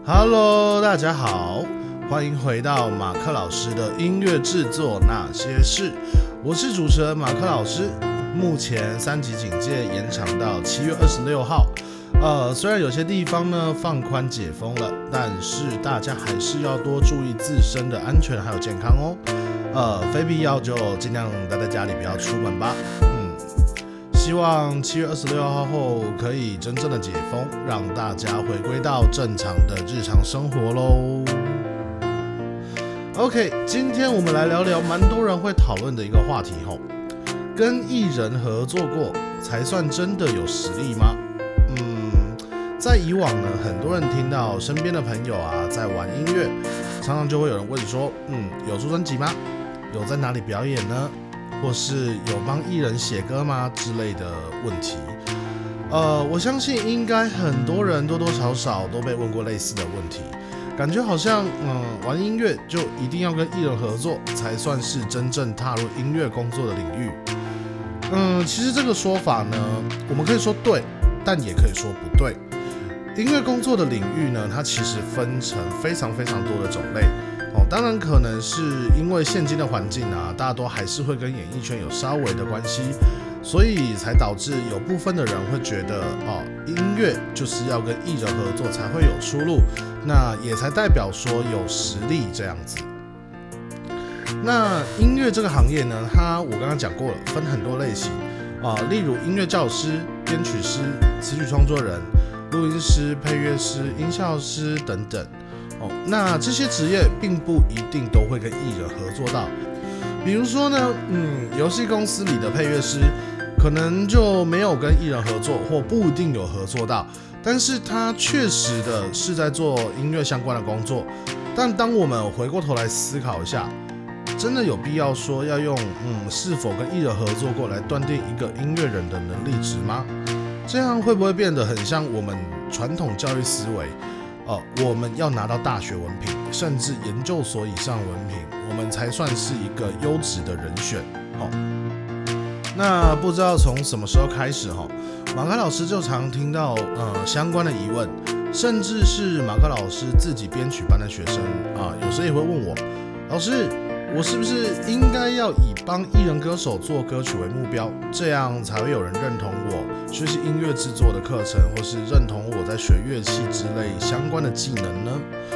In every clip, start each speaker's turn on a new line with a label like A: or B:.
A: Hello， 大家好，欢迎回到马克老师的音乐制作那些事。我是主持人马克老师。目前3级警戒延长到7月26号。虽然有些地方呢放宽解封了，但是大家还是要多注意自身的安全还有健康哦。非必要就尽量待在家里，不要出门吧。希望7月26号后可以真正的解封，让大家回归到正常的日常生活咯。OK， 今天我们来聊聊蛮多人会讨论的一个话题吼，跟艺人合作过才算真的有实力吗？在以往呢，很多人听到身边的朋友啊在玩音乐，常常就会有人问说，有出专辑吗？有在哪里表演呢？或是有帮艺人写歌吗之类的问题。我相信应该很多人多多少少都被问过类似的问题，感觉好像玩音乐就一定要跟艺人合作才算是真正踏入音乐工作的领域。其实这个说法呢，我们可以说对，但也可以说不对。音乐工作的领域呢，它其实分成非常非常多的种类。当然可能是因为现今的环境啊，大多还是会跟演艺圈有稍微的关系，所以才导致有部分的人会觉得音乐就是要跟艺人合作才会有出路，那也才代表说有实力这样子。那音乐这个行业呢，我刚刚讲过了，分很多类型例如音乐教师、编曲师、词曲创作人、录音师、配乐师、音效师等等。那这些职业并不一定都会跟艺人合作到，比如说呢，游戏公司里的配乐师可能就没有跟艺人合作，或不一定有合作到，但是他确实的是在做音乐相关的工作。但当我们回过头来思考一下，真的有必要说要用是否跟艺人合作过来断定一个音乐人的能力值吗？这样会不会变得很像我们传统教育思维？我们要拿到大学文凭，甚至研究所以上文凭，我们才算是一个优质的人选。那不知道从什么时候开始，马克老师就常听到相关的疑问，甚至是马克老师自己编曲班的学生有时候也会问我，老师，我是不是应该要以帮艺人歌手做歌曲为目标，这样才会有人认同我学习音乐制作的课程，或是认同我在学乐器之类相关的技能呢？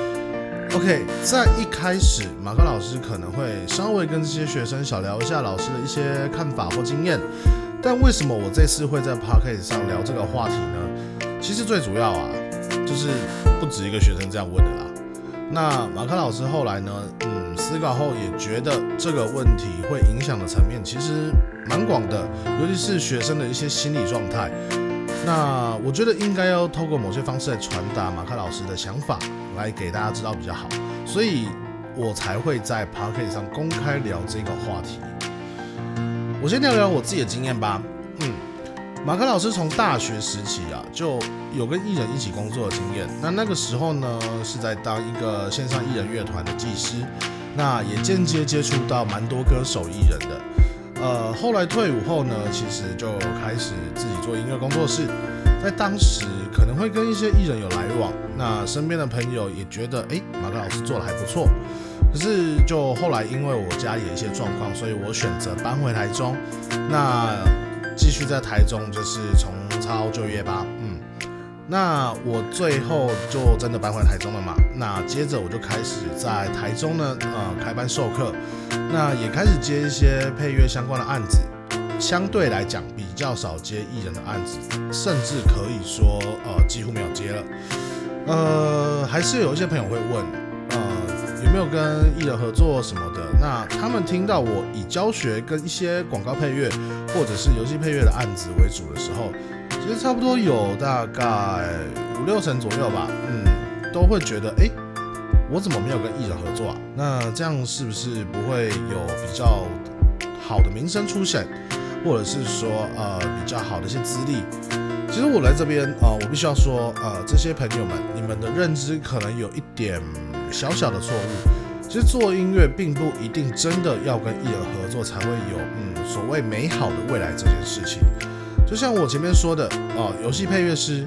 A: OK， 在一开始马克老师可能会稍微跟这些学生小聊一下老师的一些看法或经验，但为什么我这次会在 Podcast 上聊这个话题呢？其实最主要就是不止一个学生这样问的啦。那马克老师后来呢思考后也觉得这个问题会影响的层面其实蛮广的，尤其是学生的一些心理状态。那我觉得应该要透过某些方式来传达马克老师的想法，来给大家知道比较好，所以我才会在 Podcast 上公开聊这个话题。我先聊聊我自己的经验吧。马克老师从大学时期就有跟艺人一起工作的经验。那个时候呢，是在当一个线上艺人乐团的技师，那也间接接触到蛮多歌手艺人的。后来退伍后呢，其实就开始自己做音乐工作室。在当时可能会跟一些艺人有来往，那身边的朋友也觉得马克老师做的还不错。可是就后来因为我家里的一些状况，所以我选择搬回台中。那继续在台中就是重操旧业吧。那我最后就真的搬回台中了嘛。那接着我就开始在台中呢开班授课，那也开始接一些配乐相关的案子，相对来讲比较少接艺人的案子，甚至可以说几乎没有接了。还是有一些朋友会问有没有跟艺人合作什么的。那他们听到我以教学跟一些广告配乐或者是游戏配乐的案子为主的时候，其实差不多有大概5-6成左右吧，都会觉得我怎么没有跟艺人合作啊？那这样是不是不会有比较好的名声出现，或者是说比较好的一些资历？其实我来这边我必须要说这些朋友们，你们的认知可能有一点小小的错误。其实做音乐并不一定真的要跟艺人合作才会有所谓美好的未来这件事情。就像我前面说的游戏配乐师，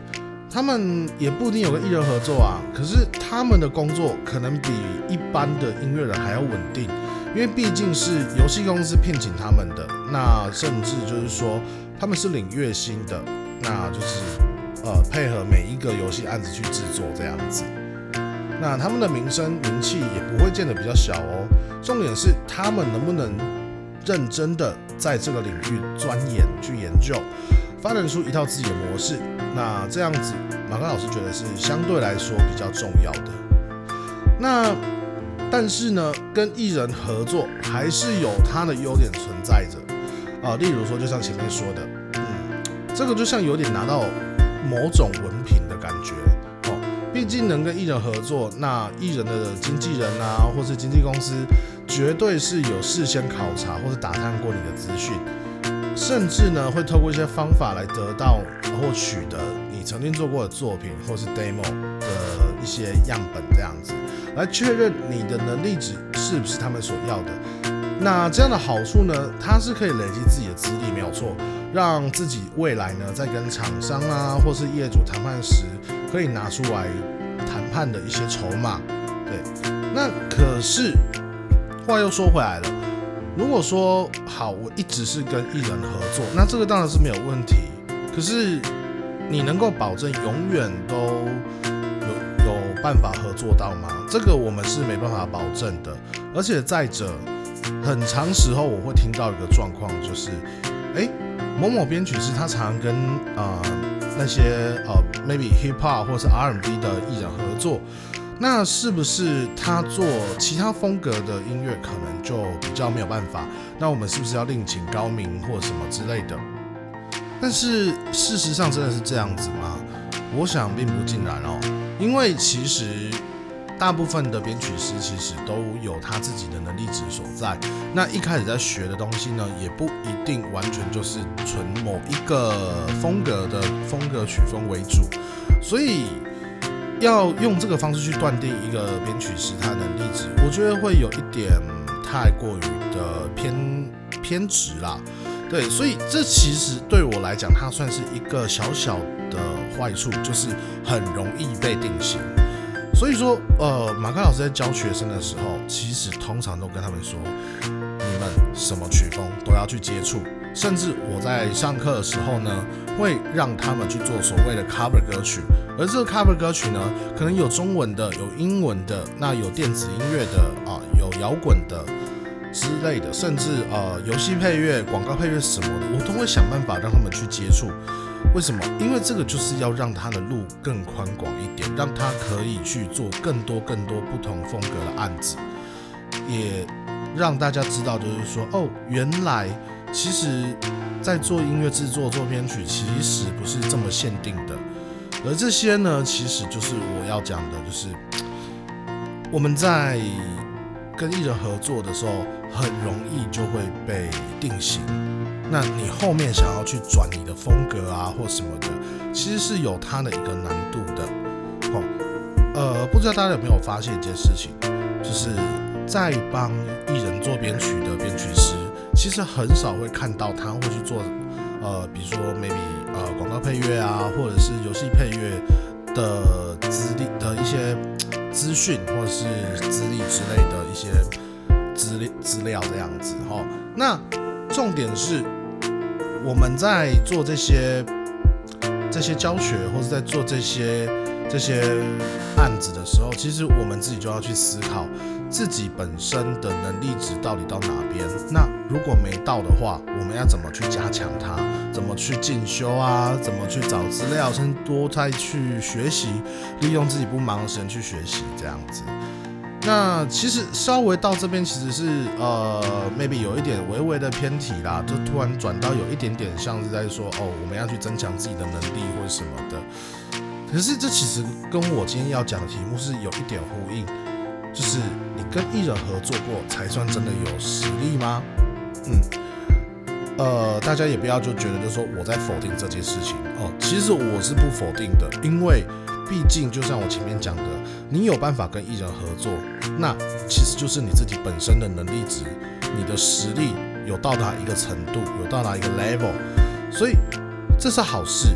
A: 他们也不一定有跟艺人合作啊，可是他们的工作可能比一般的音乐人还要稳定，因为毕竟是游戏公司聘请他们的，那甚至就是说他们是领月薪的，那就是配合每一个游戏案子去制作这样子。那他们的名声名气也不会见得比较小哦，重点是他们能不能认真的在这个领域钻研去研究，发展出一套自己的模式。那这样子，马克老师觉得是相对来说比较重要的。那但是呢，跟艺人合作还是有它的优点存在着例如说，就像前面说的，这个就像有点拿到某种文凭的感觉哦。毕竟能跟艺人合作，那艺人的经纪人啊，或是经纪公司，绝对是有事先考察或是打探过你的资讯。甚至呢，会透过一些方法来得到或取得你曾经做过的作品，或是 demo 的一些样本，这样子来确认你的能力值是不是他们所要的。那这样的好处呢，它是可以累积自己的资历，没有错，让自己未来呢，在跟厂商啊或是业主谈判时，可以拿出来谈判的一些筹码。对，那可是话又说回来了。如果说好，我一直是跟艺人合作，那这个当然是没有问题。可是你能够保证永远都有办法合作到吗？这个我们是没办法保证的。而且再者，很长时候我会听到一个状况，就是某某编曲师他常常跟那些maybe hip hop 或是 R&B 的艺人合作。那是不是他做其他风格的音乐可能就比较没有办法？那我们是不是要另请高明或什么之类的？但是事实上真的是这样子吗？我想并不尽然哦，因为其实大部分的编曲师其实都有他自己的能力值所在。那一开始在学的东西呢，也不一定完全就是纯某一个风格的风格曲风为主，所以要用这个方式去断定一个编曲师他的能力值，我觉得会有一点太过于的偏执啦。对，所以这其实对我来讲，它算是一个小小的坏处，就是很容易被定型。所以说，马克老师在教学生的时候，其实通常都跟他们说，你们什么曲风都要去接触。甚至我在上课的时候呢，会让他们去做所谓的 cover 歌曲，而这个 cover 歌曲呢，可能有中文的，有英文的，那有电子音乐的有摇滚的之类的，甚至游戏配乐、广告配乐什么的，我都会想办法让他们去接触。为什么？因为这个就是要让他的路更宽广一点，让他可以去做更多不同风格的案子，也让大家知道，就是说，原来其实在做音乐制作、做编曲，其实不是这么限定的。而这些呢，其实就是我要讲的，就是我们在跟艺人合作的时候，很容易就会被定型。那你后面想要去转你的风格啊，或什么的，其实是有它的一个难度的。不知道大家有没有发现一件事情，就是在帮艺人做编曲的编曲师，其实很少会看到他会去做，比如说 maybe 广告配乐啊，或者是游戏配乐的一些资讯或者是资历之类的一些资料这样子哈。那重点是我们在做这些教学，或者在做这些案子的时候，其实我们自己就要去思考自己本身的能力值到底到哪边。那如果没到的话，我们要怎么去加强它？怎么去进修啊？怎么去找资料，甚至多再去学习，利用自己不忙的时间去学习这样子。那其实稍微到这边其实是maybe 有一点微微的偏题啦，就突然转到有一点点像是在说我们要去增强自己的能力或者什么的。可是这其实跟我今天要讲的题目是有一点呼应，就是你跟艺人合作过才算真的有实力吗？大家也不要就觉得就是说我在否定这件事情其实我是不否定的，因为毕竟就像我前面讲的，你有办法跟艺人合作，那其实就是你自己本身的能力值，你的实力有到达一个程度，有到达一个 level， 所以这是好事。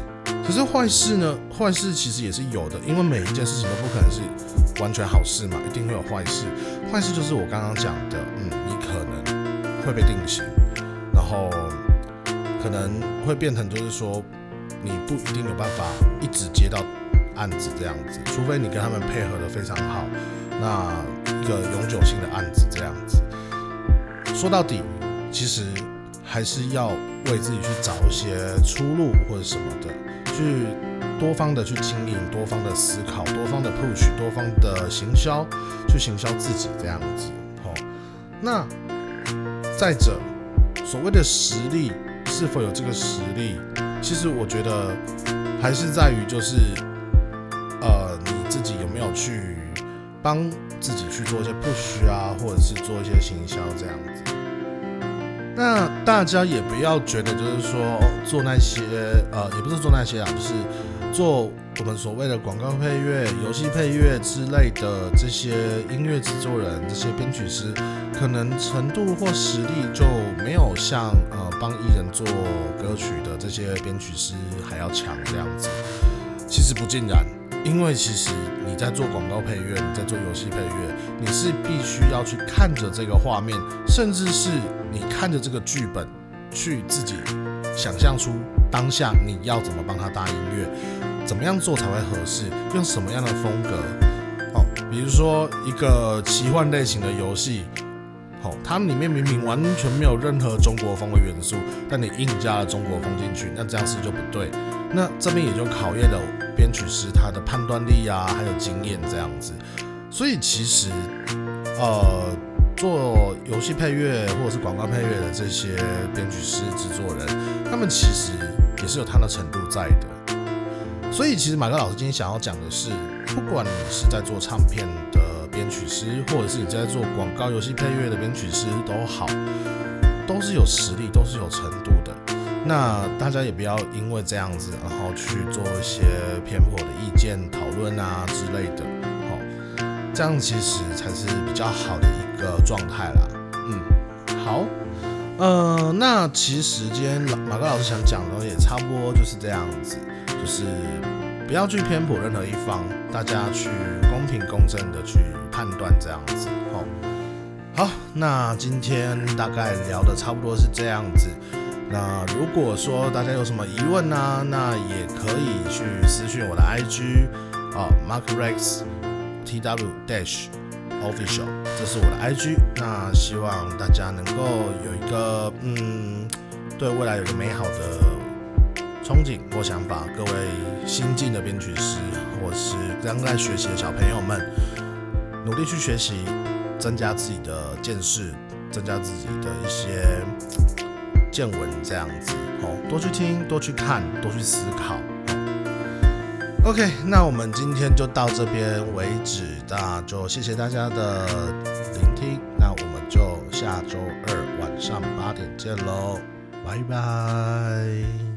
A: 可是坏事呢？坏事其实也是有的，因为每一件事情都不可能是完全好事嘛，一定会有坏事。坏事就是我刚刚讲的，你可能会被定刑，然后可能会变成就是说，你不一定有办法一直接到案子这样子，除非你跟他们配合的非常好，那一个永久性的案子这样子。说到底，其实还是要为自己去找一些出路或者什么的。去多方的去经营，多方的思考，多方的 push， 多方的行销，去行销自己这样子。那再者，所谓的实力是否有这个实力，其实我觉得还是在于就是你自己有没有去帮自己去做一些 push 啊，或者是做一些行销这样子。那大家也不要觉得就是说做那些也不是做那些啊，就是做我们所谓的广告配乐、游戏配乐之类的这些音乐制作人、这些编曲师，可能程度或实力就没有像帮艺人做歌曲的这些编曲师还要强这样子。其实不尽然，因为其实你在做广告配乐，你在做游戏配乐，你是必须要去看着这个画面，甚至是你看着这个剧本，去自己想象出当下你要怎么帮他搭音乐，怎么样做才会合适，用什么样的风格。比如说一个奇幻类型的游戏，它里面明明完全没有任何中国风的元素，但你硬加了中国风进去，那这样是就不对。那这边也就考验了编曲师他的判断力啊，还有经验这样子。所以其实做游戏配乐或者是广告配乐的这些编曲师、制作人，他们其实也是有他的程度在的。所以其实马哥老师今天想要讲的是，不管你是在做唱片的编曲师，或者是你在做广告游戏配乐的编曲师都好，都是有实力，都是有程度的。那大家也不要因为这样子，然后去做一些偏颇的意见讨论啊之类的，这样其实才是比较好的一个状态啦。好，那其实今天马哥老师想讲的也差不多就是这样子，就是不要去偏颇任何一方，大家去公平公正的去判断这样子。好，那今天大概聊的差不多是这样子。那如果说大家有什么疑问啊，那也可以去私讯我的 IG MarkRex TW-Official， 这是我的 IG。那希望大家能够有一个对未来有一个美好的憧憬或想法。各位新进的编曲师或是刚在学习的小朋友们，努力去学习，增加自己的见识，增加自己的一些见闻这样子，多去听，多去看，多去思考。OK， 那我们今天就到这边为止，那就谢谢大家的聆听，那我们就下周二晚上8点见喽，拜拜。